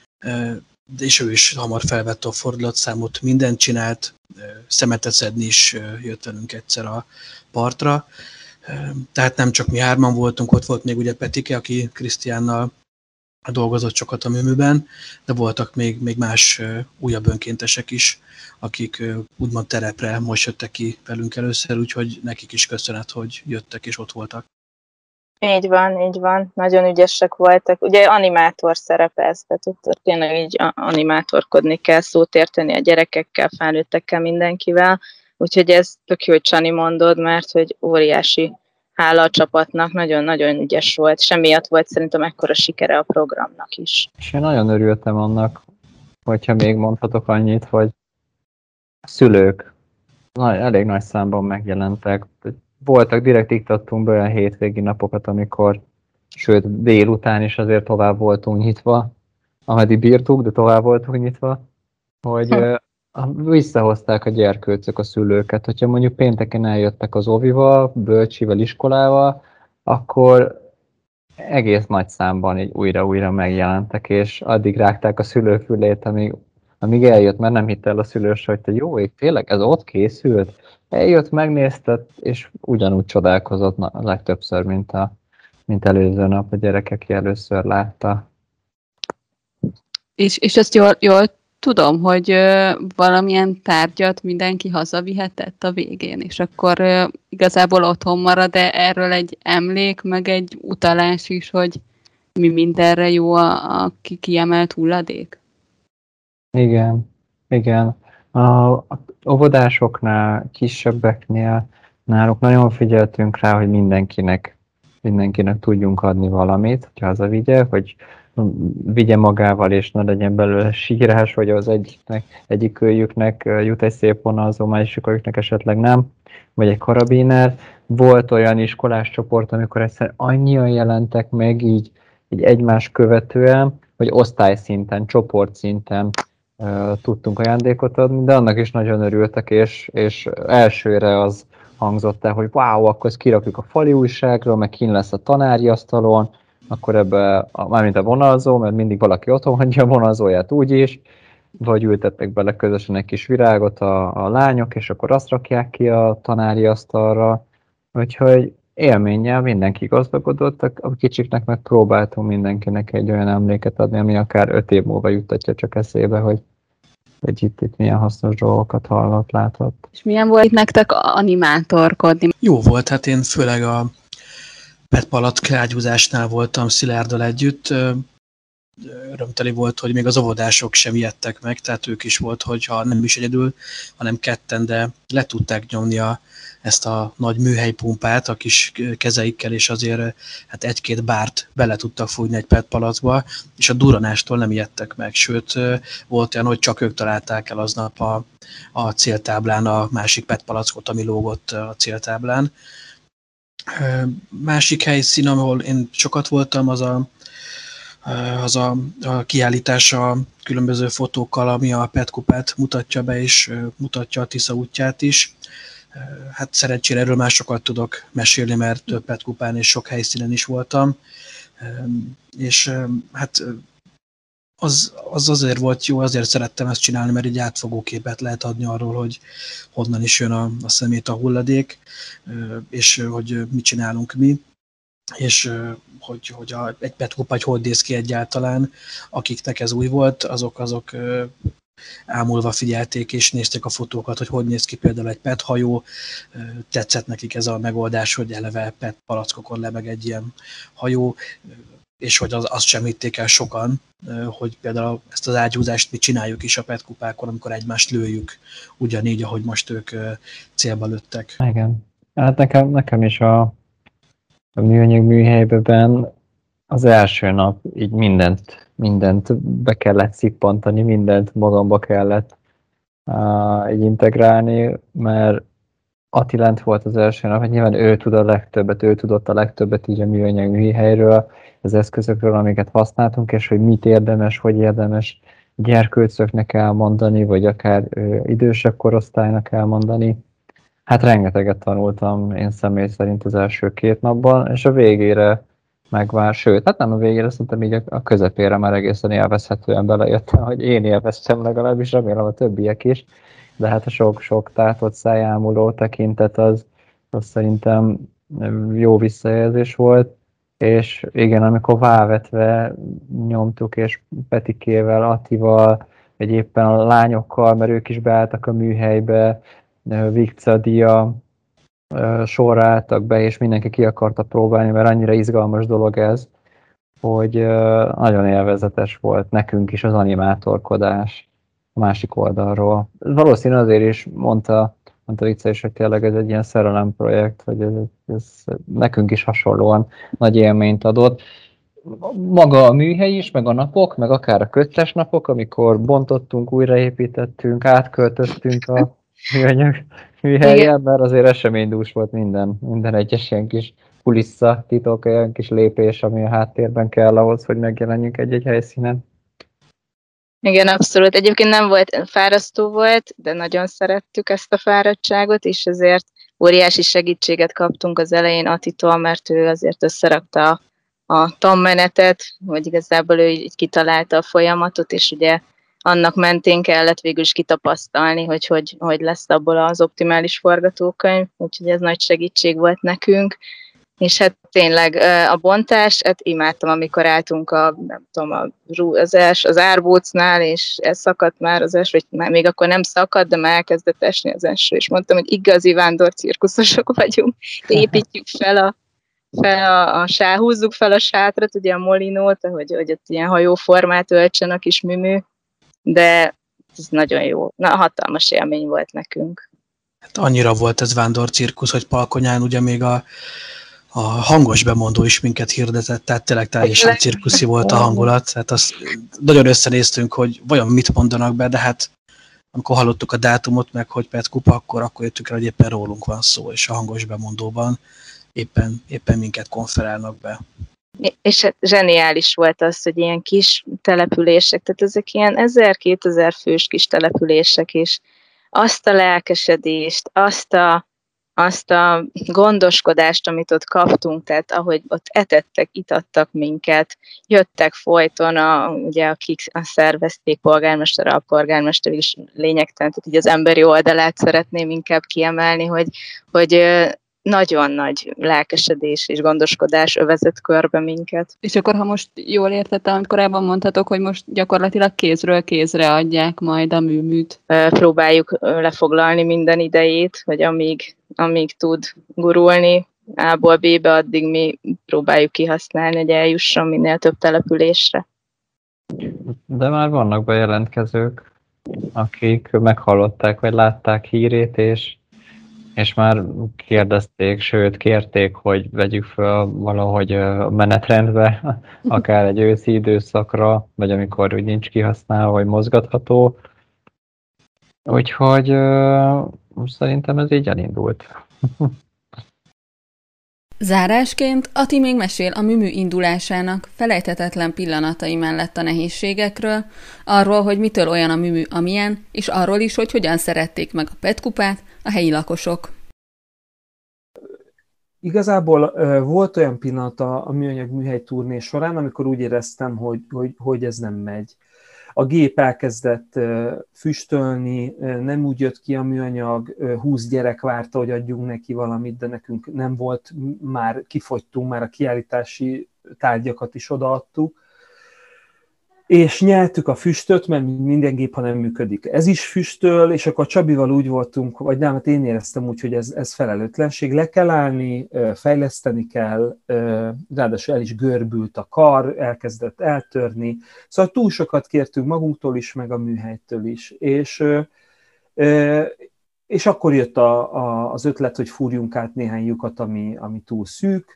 és ő is hamar felvette a fordulatszámot, mindent csinált, szemetet szedni is jött velünk egyszer a partra. Tehát nem csak mi hárman voltunk, ott volt még ugye Petike, aki Krisztiánnal dolgozott sokat a műműben, de voltak még, még más újabb önkéntesek is, akik úgymond terepre most jöttek ki velünk először, úgyhogy nekik is köszönet, hogy jöttek és ott voltak. Így van, így van. Nagyon ügyesek voltak. Ugye animátor szerepez, tehát ott tényleg így animátorkodni kell, szót érteni a gyerekekkel, felnőttekkel, mindenkivel. Úgyhogy ez tök jó, hogy Csani mondod, mert hogy óriási hála a csapatnak, nagyon-nagyon ügyes volt. Semmiatt volt szerintem ekkora sikere a programnak is. És én nagyon örültem annak, hogyha még mondhatok annyit, hogy a szülők nagy, elég nagy számban megjelentek. Voltak, direkt iktattunk be olyan hétvégi napokat, amikor, sőt délután is azért tovább voltunk nyitva, ameddig bírtuk, de tovább voltunk nyitva, hogy hm. visszahozták a gyerkőcök a szülőket. Hogyha mondjuk pénteken eljöttek az óvival, bölcsivel, iskolával, akkor egész nagy számban így újra-újra megjelentek, és addig rágták a szülőfülét, amíg, amíg eljött, mert nem hitte el a szülős, hogy te jó ég, tényleg ez ott készült? Eljött, megnézte, és ugyanúgy csodálkozott na, legtöbbször, mint, a, mint előző nap a gyerek, aki először látta. És, és azt jól, jól tudom, hogy ö, valamilyen tárgyat mindenki hazavihetett a végén, és akkor ö, igazából otthon marad, de erről egy emlék, meg egy utalás is, hogy mi mindenre jó a, a kiemelt hulladék. Igen, igen. A óvodásoknál, kisebbeknél náluk nagyon figyeltünk rá, hogy mindenkinek mindenkinek tudjunk adni valamit, hogy hazavigye, hogy vigye magával, és ne legyen belőle sírás, vagy az egyiknek, egyik őjüknek jut egy szép vonalzó, másikőjüknek esetleg nem, vagy egy karabiner. Volt olyan iskolás csoport, amikor egyszer annyian jelentek meg így, így egymás követően, hogy osztályszinten, csoportszinten uh, tudtunk ajándékot adni, de annak is nagyon örültek, és, és elsőre az hangzott el, hogy wow, akkor ezt kirakjuk a fali újságra, meg kint lesz a tanári asztalon, akkor ebbe, mármint a vonalzó, mert mindig valaki otthon hagyja a vonalzóját úgyis, vagy ültettek bele közösen egy kis virágot a, a lányok, és akkor azt rakják ki a tanári asztalra. Úgyhogy élménnyel mindenki gazdagodott, a kicsiknek meg próbáltunk mindenkinek egy olyan emléket adni, ami akár öt év múlva juttatja csak eszébe, hogy, hogy itt, itt milyen hasznos dolgokat hallott, látott. És milyen volt nektek animátorkodni? Jó volt, hát én főleg a petpalack ágyúzásnál voltam Szilárddal együtt. Örömteli volt, hogy még az óvodások sem ijedtek meg, tehát ők is volt, hogyha nem is egyedül, hanem ketten, de le tudták nyomni a, ezt a nagy műhelypumpát a kis kezeikkel, és azért hát egy-két bárt bele tudtak fújni egy petpalackba, és a duranástól nem ijedtek meg, sőt volt olyan, hogy csak ők találták el aznap a, a céltáblán a másik petpalackot, ami lógott a céltáblán. Másik helyszín, ahol én sokat voltam, az a, az a, a kiállítás a különböző fotókkal, ami a petkupát mutatja be, és mutatja a Tisza útját is. Hát szerencsére erről már sokat tudok mesélni, mert több petkupán és sok helyszínen is voltam. És hát az, az azért volt jó, azért szerettem ezt csinálni, mert egy átfogó képet lehet adni arról, hogy honnan is jön a, a szemét a hulladék, és hogy mit csinálunk mi, és hogy, hogy a, egy petkupa hogy néz ki egyáltalán. Akiknek ez új volt, azok, azok ámulva figyelték és nézték a fotókat, hogy hogy néz ki például egy pethajó. Tetszett nekik ez a megoldás, hogy eleve petpalackokon lebeg egy ilyen hajó, és hogy az, azt sem hitték el sokan, hogy például ezt az ágyúzást mi csináljuk is a petkupákon, amikor egymást lőjük, ugyanígy, ahogy most ők célba lőttek. Igen. Hát nekem, nekem is a, a műanyag műhelyben az első nap így mindent, mindent be kellett szippantani, mindent magamba kellett uh, így integrálni, mert Attilánt volt az első nap, hogy nyilván ő tud a legtöbbet, ő tudott a legtöbbet így a műanyag műhelyről, az eszközökről, amiket használtunk, és hogy mit érdemes, hogy érdemes gyerkőcöknek elmondani, vagy akár ö, idősebb korosztálynak elmondani. Hát rengeteget tanultam én személy szerint az első két napban, és a végére megvár, sőt, hát nem a végére, szerintem így a közepére már egészen élvezhetően belejöttem, hogy én élveztem legalábbis, remélem a többiek is, de hát a sok-sok tátott szájámuló tekintet az, az szerintem jó visszajelzés volt, és igen, amikor vávetve nyomtuk, és Petikével, Attival, vagy éppen a lányokkal, mert ők is beálltak a műhelybe, Vikca, Dia sorra álltak be, és mindenki ki akarta próbálni, mert annyira izgalmas dolog ez, hogy nagyon élvezetes volt nekünk is az animátorkodás a másik oldalról. Valószínű azért is mondta, mondta Vicca is, hogy tényleg ez egy ilyen szerelemprojekt, hogy ez, ez nekünk is hasonlóan nagy élményt adott. Maga a műhely is, meg a napok, meg akár a köztes napok, amikor bontottunk, újraépítettünk, átköltöztünk a műanyag műhelyen, mert azért eseménydús volt minden, minden egyes ilyen kis kulissza, titok, ilyen kis lépés, ami a háttérben kell ahhoz, hogy megjelenjünk egy-egy helyszínen. Igen, abszolút. Egyébként nem volt, fárasztó volt, de nagyon szerettük ezt a fáradtságot, és ezért óriási segítséget kaptunk az elején Attitól, mert ő azért összerakta a, a tanmenetet, hogy igazából ő így kitalálta a folyamatot, és ugye annak mentén kellett végül is kitapasztalni, hogy, hogy hogy lesz abból az optimális forgatókönyv, úgyhogy ez nagy segítség volt nekünk. És hát tényleg a bontás, hát imádtam, amikor álltunk a, nem tudom, az, els, az árbócnál, és ez szakadt már az eső, vagy már még akkor nem szakadt, de már elkezdett esni az eső, és mondtam, hogy igazi vándorcirkuszosok vagyunk, építjük fel a, fel a, a sá, húzzuk fel a sátrat, ugye a molinót, hogy, hogy ott ilyen hajóformát öltsen a kis műmű, de ez nagyon jó, na, hatalmas élmény volt nekünk. Hát annyira volt ez vándorcirkusz, hogy Palkonyán ugye még a a hangos bemondó is minket hirdetett, tehát tényleg teljesen cirkuszi volt a hangulat. Tehát azt nagyon összenéztünk, hogy vajon mit mondanak be, de hát amikor hallottuk a dátumot, meg hogy Pet Kupa, akkor, akkor jöttünk el, hogy éppen rólunk van szó, és a hangos bemondóban éppen, éppen minket konferálnak be. És zseniális volt az, hogy ilyen kis települések, tehát ezek ilyen ezer-kétezer fős kis települések, és azt a lelkesedést, azt a, azt a gondoskodást, amit ott kaptunk, tehát ahogy ott etettek, itattak minket, jöttek folyton, a, ugye akik szervezték, polgármester, a polgármester is lényegtelen, tehát így az emberi oldalát szeretném inkább kiemelni, hogy, hogy nagyon nagy lelkesedés és gondoskodás övezett körbe minket. És akkor, ha most jól értettem, amit korábban mondhatok, hogy most gyakorlatilag kézről kézre adják majd a műműt. Próbáljuk lefoglalni minden idejét, hogy amíg, amíg tud gurulni A-ból B-be, addig mi próbáljuk kihasználni, hogy eljusson minél több településre. De már vannak bejelentkezők, akik meghallották, vagy látták hírét, és és már kérdezték, sőt kérték, hogy vegyük fel valahogy a menetrendbe, akár egy őszi időszakra, vagy amikor úgy nincs kihasználva, vagy mozgatható. Úgyhogy uh, szerintem ez így elindult. Zárásként Ati még mesél a műmű indulásának felejthetetlen pillanatai mellett a nehézségekről, arról, hogy mitől olyan a műmű, amilyen, és arról is, hogy hogyan szerették meg a Pet Kupát a helyi lakosok. Igazából uh, volt olyan pillanat a, a műanyag műhely turné során, amikor úgy éreztem, hogy, hogy, hogy ez nem megy. A gép elkezdett uh, füstölni, uh, nem úgy jött ki a műanyag, uh, húsz gyerek várta, hogy adjunk neki valamit, de nekünk nem volt, már kifogytunk, már a kiállítási tárgyakat is odaadtuk. És nyeltük a füstöt, mert minden gép, ha nem működik, ez is füstöl, és akkor Csabival úgy voltunk, vagy nem, hát én éreztem úgy, hogy ez, ez felelőtlenség, le kell állni, fejleszteni kell, ráadásul el is görbült a kar, elkezdett eltörni, szóval túl sokat kértünk magunktól is, meg a műhelytől is, és, és akkor jött a, a, az ötlet, hogy fúrjunk át néhány lyukat, ami, ami túl szűk.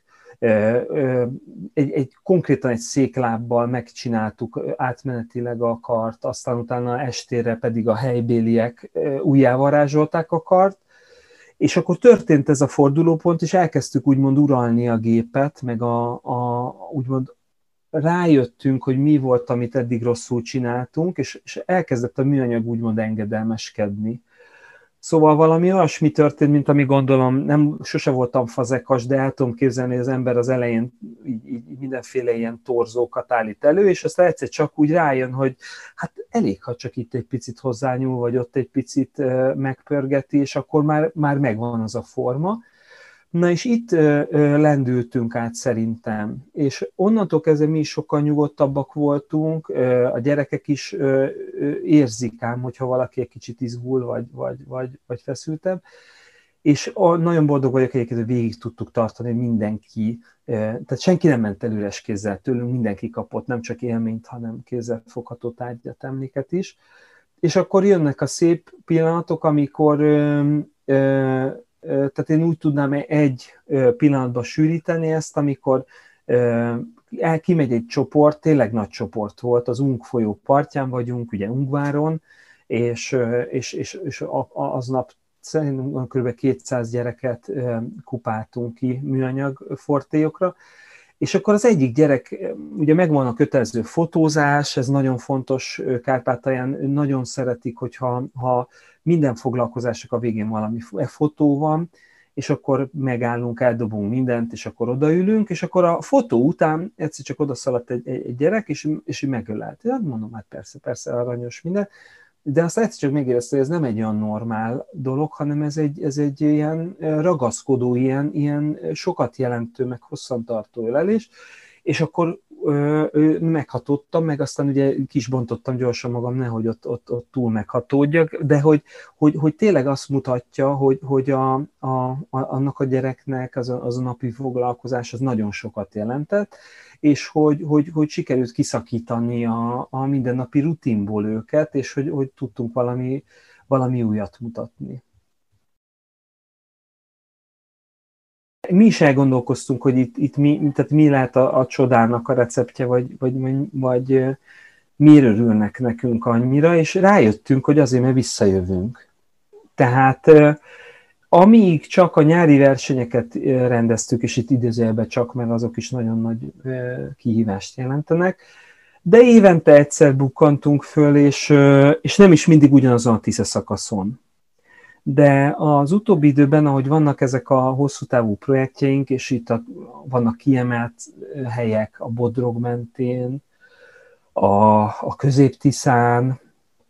Egy, egy, konkrétan egy széklábbal megcsináltuk átmenetileg a kart, aztán utána estére pedig a helybéliek újjávarázsolták a kart, és akkor történt ez a fordulópont, és elkezdtük úgymond uralni a gépet, meg a, a, úgymond rájöttünk, hogy mi volt, amit eddig rosszul csináltunk, és, és elkezdett a műanyag úgymond engedelmeskedni. Szóval valami olyasmi történt, mint ami gondolom, nem, sose voltam fazekas, de el tudom képzelni, hogy az ember az elején így, így mindenféle ilyen torzókat állít elő, és aztán egyszer csak úgy rájön, hogy hát elég, ha csak itt egy picit hozzányúl, vagy ott egy picit uh, megpörgeti, és akkor már, már megvan az a forma. Na és itt uh, uh, lendültünk át szerintem, és onnantól kezdve mi is sokkal nyugodtabbak voltunk, uh, a gyerekek is uh, uh, érzik ám, hogyha valaki egy kicsit izgul, vagy, vagy, vagy, vagy feszültebb, és a, nagyon boldog vagyok egyébként, hogy végig tudtuk tartani mindenki, uh, tehát senki nem ment el üres kézzel tőlünk, mindenki kapott nem csak élményt, hanem kézzel fogható tárgyat, emléket is, és akkor jönnek a szép pillanatok, amikor uh, uh, tehát én úgy tudnám egy pillanatban sűríteni ezt, amikor el kimegy egy csoport, tényleg nagy csoport volt, az Ung folyó partján vagyunk, ugye Ungváron, és, és, és, és aznap szerintem kb. kétszáz gyereket kupáltunk ki műanyag fortélyokra, és akkor az egyik gyerek, ugye megvan a kötelező fotózás, ez nagyon fontos Kárpátalján, nagyon szeretik, hogyha ha minden foglalkozások a végén valami fotó van, és akkor megállunk, eldobunk mindent, és akkor odaülünk, és akkor a fotó után egyszer csak odaszaladt egy, egy, egy gyerek, és, és így megölelt. Hát mondom, hát persze, persze, aranyos minden, de azt egyszer csak megérezte, hogy ez nem egy olyan normál dolog, hanem ez egy, ez egy ilyen ragaszkodó, ilyen, ilyen sokat jelentő, meg hosszantartó ölelés, és akkor ö, meghatottam, meg aztán ugye kisbontottam gyorsan magam, nehogy ott, ott, ott túl meghatódjak, de hogy, hogy, hogy tényleg azt mutatja, hogy, hogy a, a, a, annak a gyereknek az a, az a napi foglalkozás az nagyon sokat jelentett, és hogy, hogy, hogy sikerült kiszakítani a, a mindennapi rutinból őket, és hogy, hogy tudtunk valami, valami újat mutatni. Mi is elgondolkoztunk, hogy itt, itt mi, tehát mi lehet a, a csodának a receptje, vagy, vagy, vagy miért örülnek nekünk annyira, és rájöttünk, hogy azért, mert visszajövünk. Tehát amíg csak a nyári versenyeket rendeztük, és itt idézőjelben csak, mert azok is nagyon nagy kihívást jelentenek, de évente egyszer bukkantunk föl, és, és nem is mindig ugyanazon a Tisza szakaszon. De az utóbbi időben, ahogy vannak ezek a hosszú távú projektjeink, és itt a, vannak kiemelt helyek a Bodrog mentén, a, a Közép-Tiszán,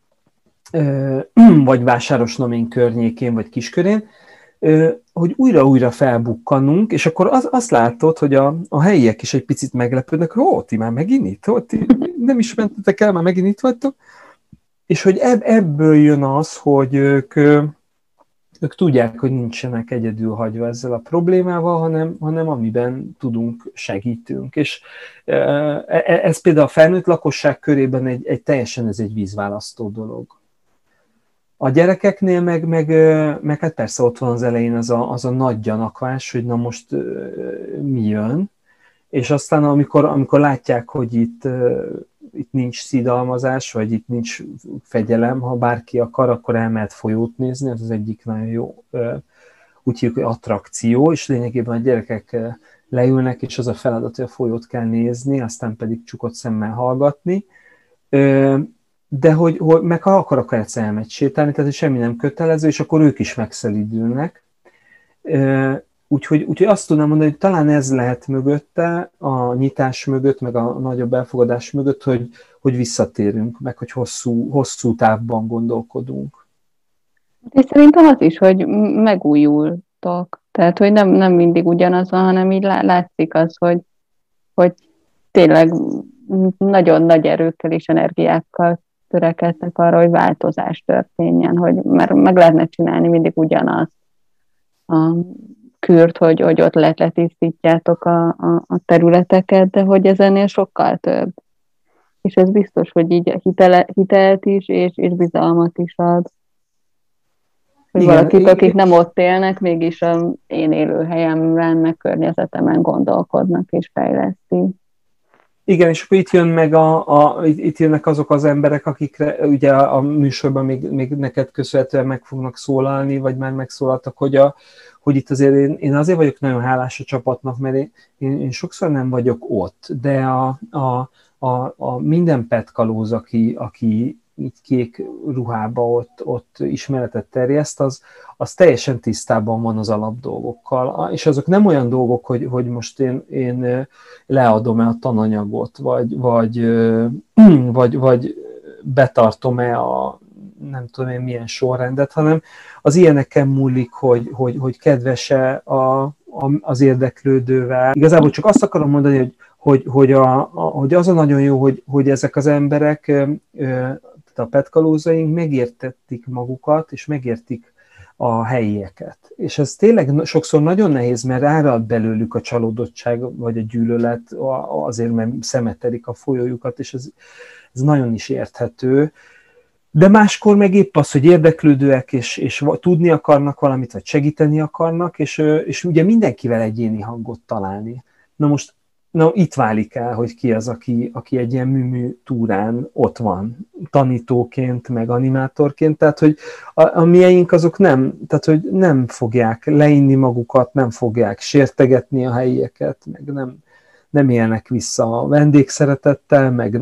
vagy Vásárosnamény környékén, vagy Kiskörén, hogy újra-újra felbukkanunk, és akkor az, azt látod, hogy a, a helyiek is egy picit meglepődnek, hogy ó, ti már megint itt? Ó, ti nem is mentetek el, már megint itt vagytok? És hogy ebb, ebből jön az, hogy ők, ők tudják, hogy nincsenek egyedül hagyva ezzel a problémával, hanem, hanem amiben tudunk, segítünk. És ez például a felnőtt lakosság körében egy, egy teljesen ez egy vízválasztó dolog. A gyerekeknél meg, meg, meg hát persze ott van az elején az a, az a nagy gyanakvás, hogy na most mi jön, és aztán amikor, amikor látják, hogy itt, itt nincs szidalmazás, vagy itt nincs fegyelem, ha bárki akar, akkor elmehet folyót nézni, ez az egyik nagyon jó, úgy hívjuk, hogy attrakció, és lényegében a gyerekek leülnek, és az a feladat, hogy a folyót kell nézni, aztán pedig csukott szemmel hallgatni, de hogy, hogy meg ha akarok egyszer elmegy sétálni, tehát semmi nem kötelező, és akkor ők is megszelídülnek. Úgyhogy, úgyhogy azt tudnám mondani, hogy talán ez lehet mögötte, a nyitás mögött, meg a nagyobb elfogadás mögött, hogy, hogy visszatérünk, meg hogy hosszú, hosszú távban gondolkodunk. És szerintem az is, hogy megújultok. Tehát, hogy nem, nem mindig ugyanaz van, hanem így látszik az, hogy, hogy tényleg nagyon nagy erőkkel és energiákkal törekedtek arra, hogy változás történjen, hogy mert meg lehetne csinálni mindig ugyanazt a kürt, hogy, hogy ott lehet letisztítjátok a, a, a területeket, de hogy ez ennél sokkal több. És ez biztos, hogy így hitele, hitelt is, és, és bizalmat is ad. Hogy igen, valakik, igen. Akik nem ott élnek, mégis az én élőhelyemben, meg környezetemen gondolkodnak és fejlesztik. Igen, és akkor itt jön meg a, a, itt jönnek azok az emberek, akikre ugye a műsorban még, még neked köszönhetően meg fognak szólalni, vagy már megszólaltak, hogy, a, hogy itt azért én, én azért vagyok nagyon hálás a csapatnak, mert én, én, én sokszor nem vagyok ott, de a, a, a, a minden petkalóz, aki, aki így kék ruhába ott, ott ismeretet terjeszt, az, az teljesen tisztában van az alapdolgokkal. És azok nem olyan dolgok, hogy, hogy most én, én leadom-e a tananyagot, vagy, vagy, vagy, vagy betartom-e a nem tudom én milyen sorrendet, hanem az ilyeneken múlik, hogy, hogy, hogy kedves-e a, a, az érdeklődővel. Igazából csak azt akarom mondani, hogy, hogy, hogy, a, a, hogy az a nagyon jó, hogy, hogy ezek az emberek, a petkalózaink megértették magukat, és megértik a helyieket. És ez tényleg sokszor nagyon nehéz, mert árad belőlük a csalódottság, vagy a gyűlölet, azért, mert szemetelik a folyójukat, és ez, ez nagyon is érthető. De máskor meg épp az, hogy érdeklődőek, és, és tudni akarnak valamit, vagy segíteni akarnak, és, és ugye mindenkivel egyéni hangot találni. Na most Na, itt válik el, hogy ki az, aki, aki egy ilyen műmű túrán ott van, tanítóként, meg animátorként, tehát, hogy a, a mieink azok nem, tehát, hogy nem fogják leinni magukat, nem fogják sértegetni a helyieket, meg nem, nem élnek vissza a vendégszeretettel, meg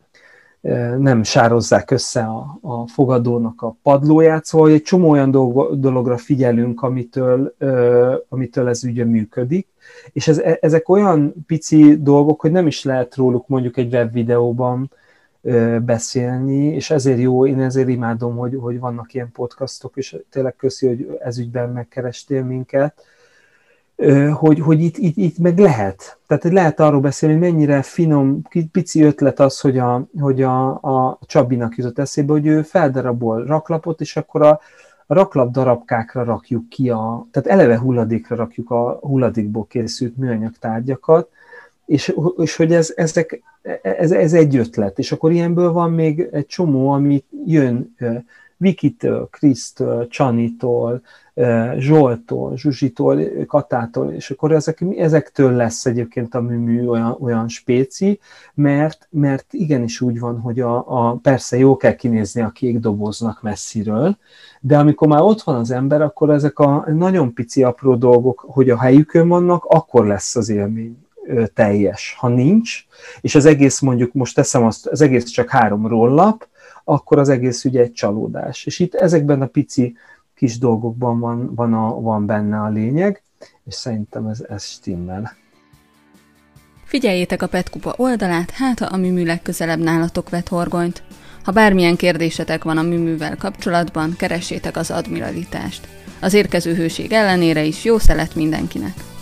nem sározzák össze a, a fogadónak a padlóját, szóval egy csomó olyan dolog, dologra figyelünk, amitől, amitől ez ugye működik, és ez, ezek olyan pici dolgok, hogy nem is lehet róluk mondjuk egy webvideóban beszélni, és ezért jó, én ezért imádom, hogy, hogy vannak ilyen podcastok, és tényleg köszi, hogy ezügyben megkerestél minket, hogy, hogy itt, itt, itt meg lehet. Tehát lehet arról beszélni, hogy mennyire finom, pici ötlet az, hogy a, hogy a, a Csabinak jutott eszébe, hogy ő feldarabol raklapot, és akkor a, a raklap darabkákra rakjuk ki, a, tehát eleve hulladékra rakjuk a hulladékból készült műanyag tárgyakat, és, és hogy ez, ezek, ez, ez egy ötlet. És akkor ilyenből van még egy csomó, ami jön Vikitől, Krisztől, Csanitól, Zsoltól, Zsuzsitól, Katától, és akkor ezek, ezektől lesz egyébként a műmű olyan, olyan spéci, mert, mert igenis úgy van, hogy a, a, persze jó kell kinézni a kék doboznak messziről, de amikor már ott van az ember, akkor ezek a nagyon pici apró dolgok, hogy a helyükön vannak, akkor lesz az élmény teljes. Ha nincs, és az egész mondjuk, most teszem azt, az egész csak három rollap, akkor az egész ugye egy csalódás. És itt ezekben a pici kis dolgokban van, van, a, van benne a lényeg, és szerintem ez, ez stimmel. Figyeljétek a Petkupa oldalát, hát ha a műmű legközelebb nálatok vet horgonyt. Ha bármilyen kérdésetek van a műművel kapcsolatban, keressétek az admiralitást. Az érkező hőség ellenére is jó szelet mindenkinek!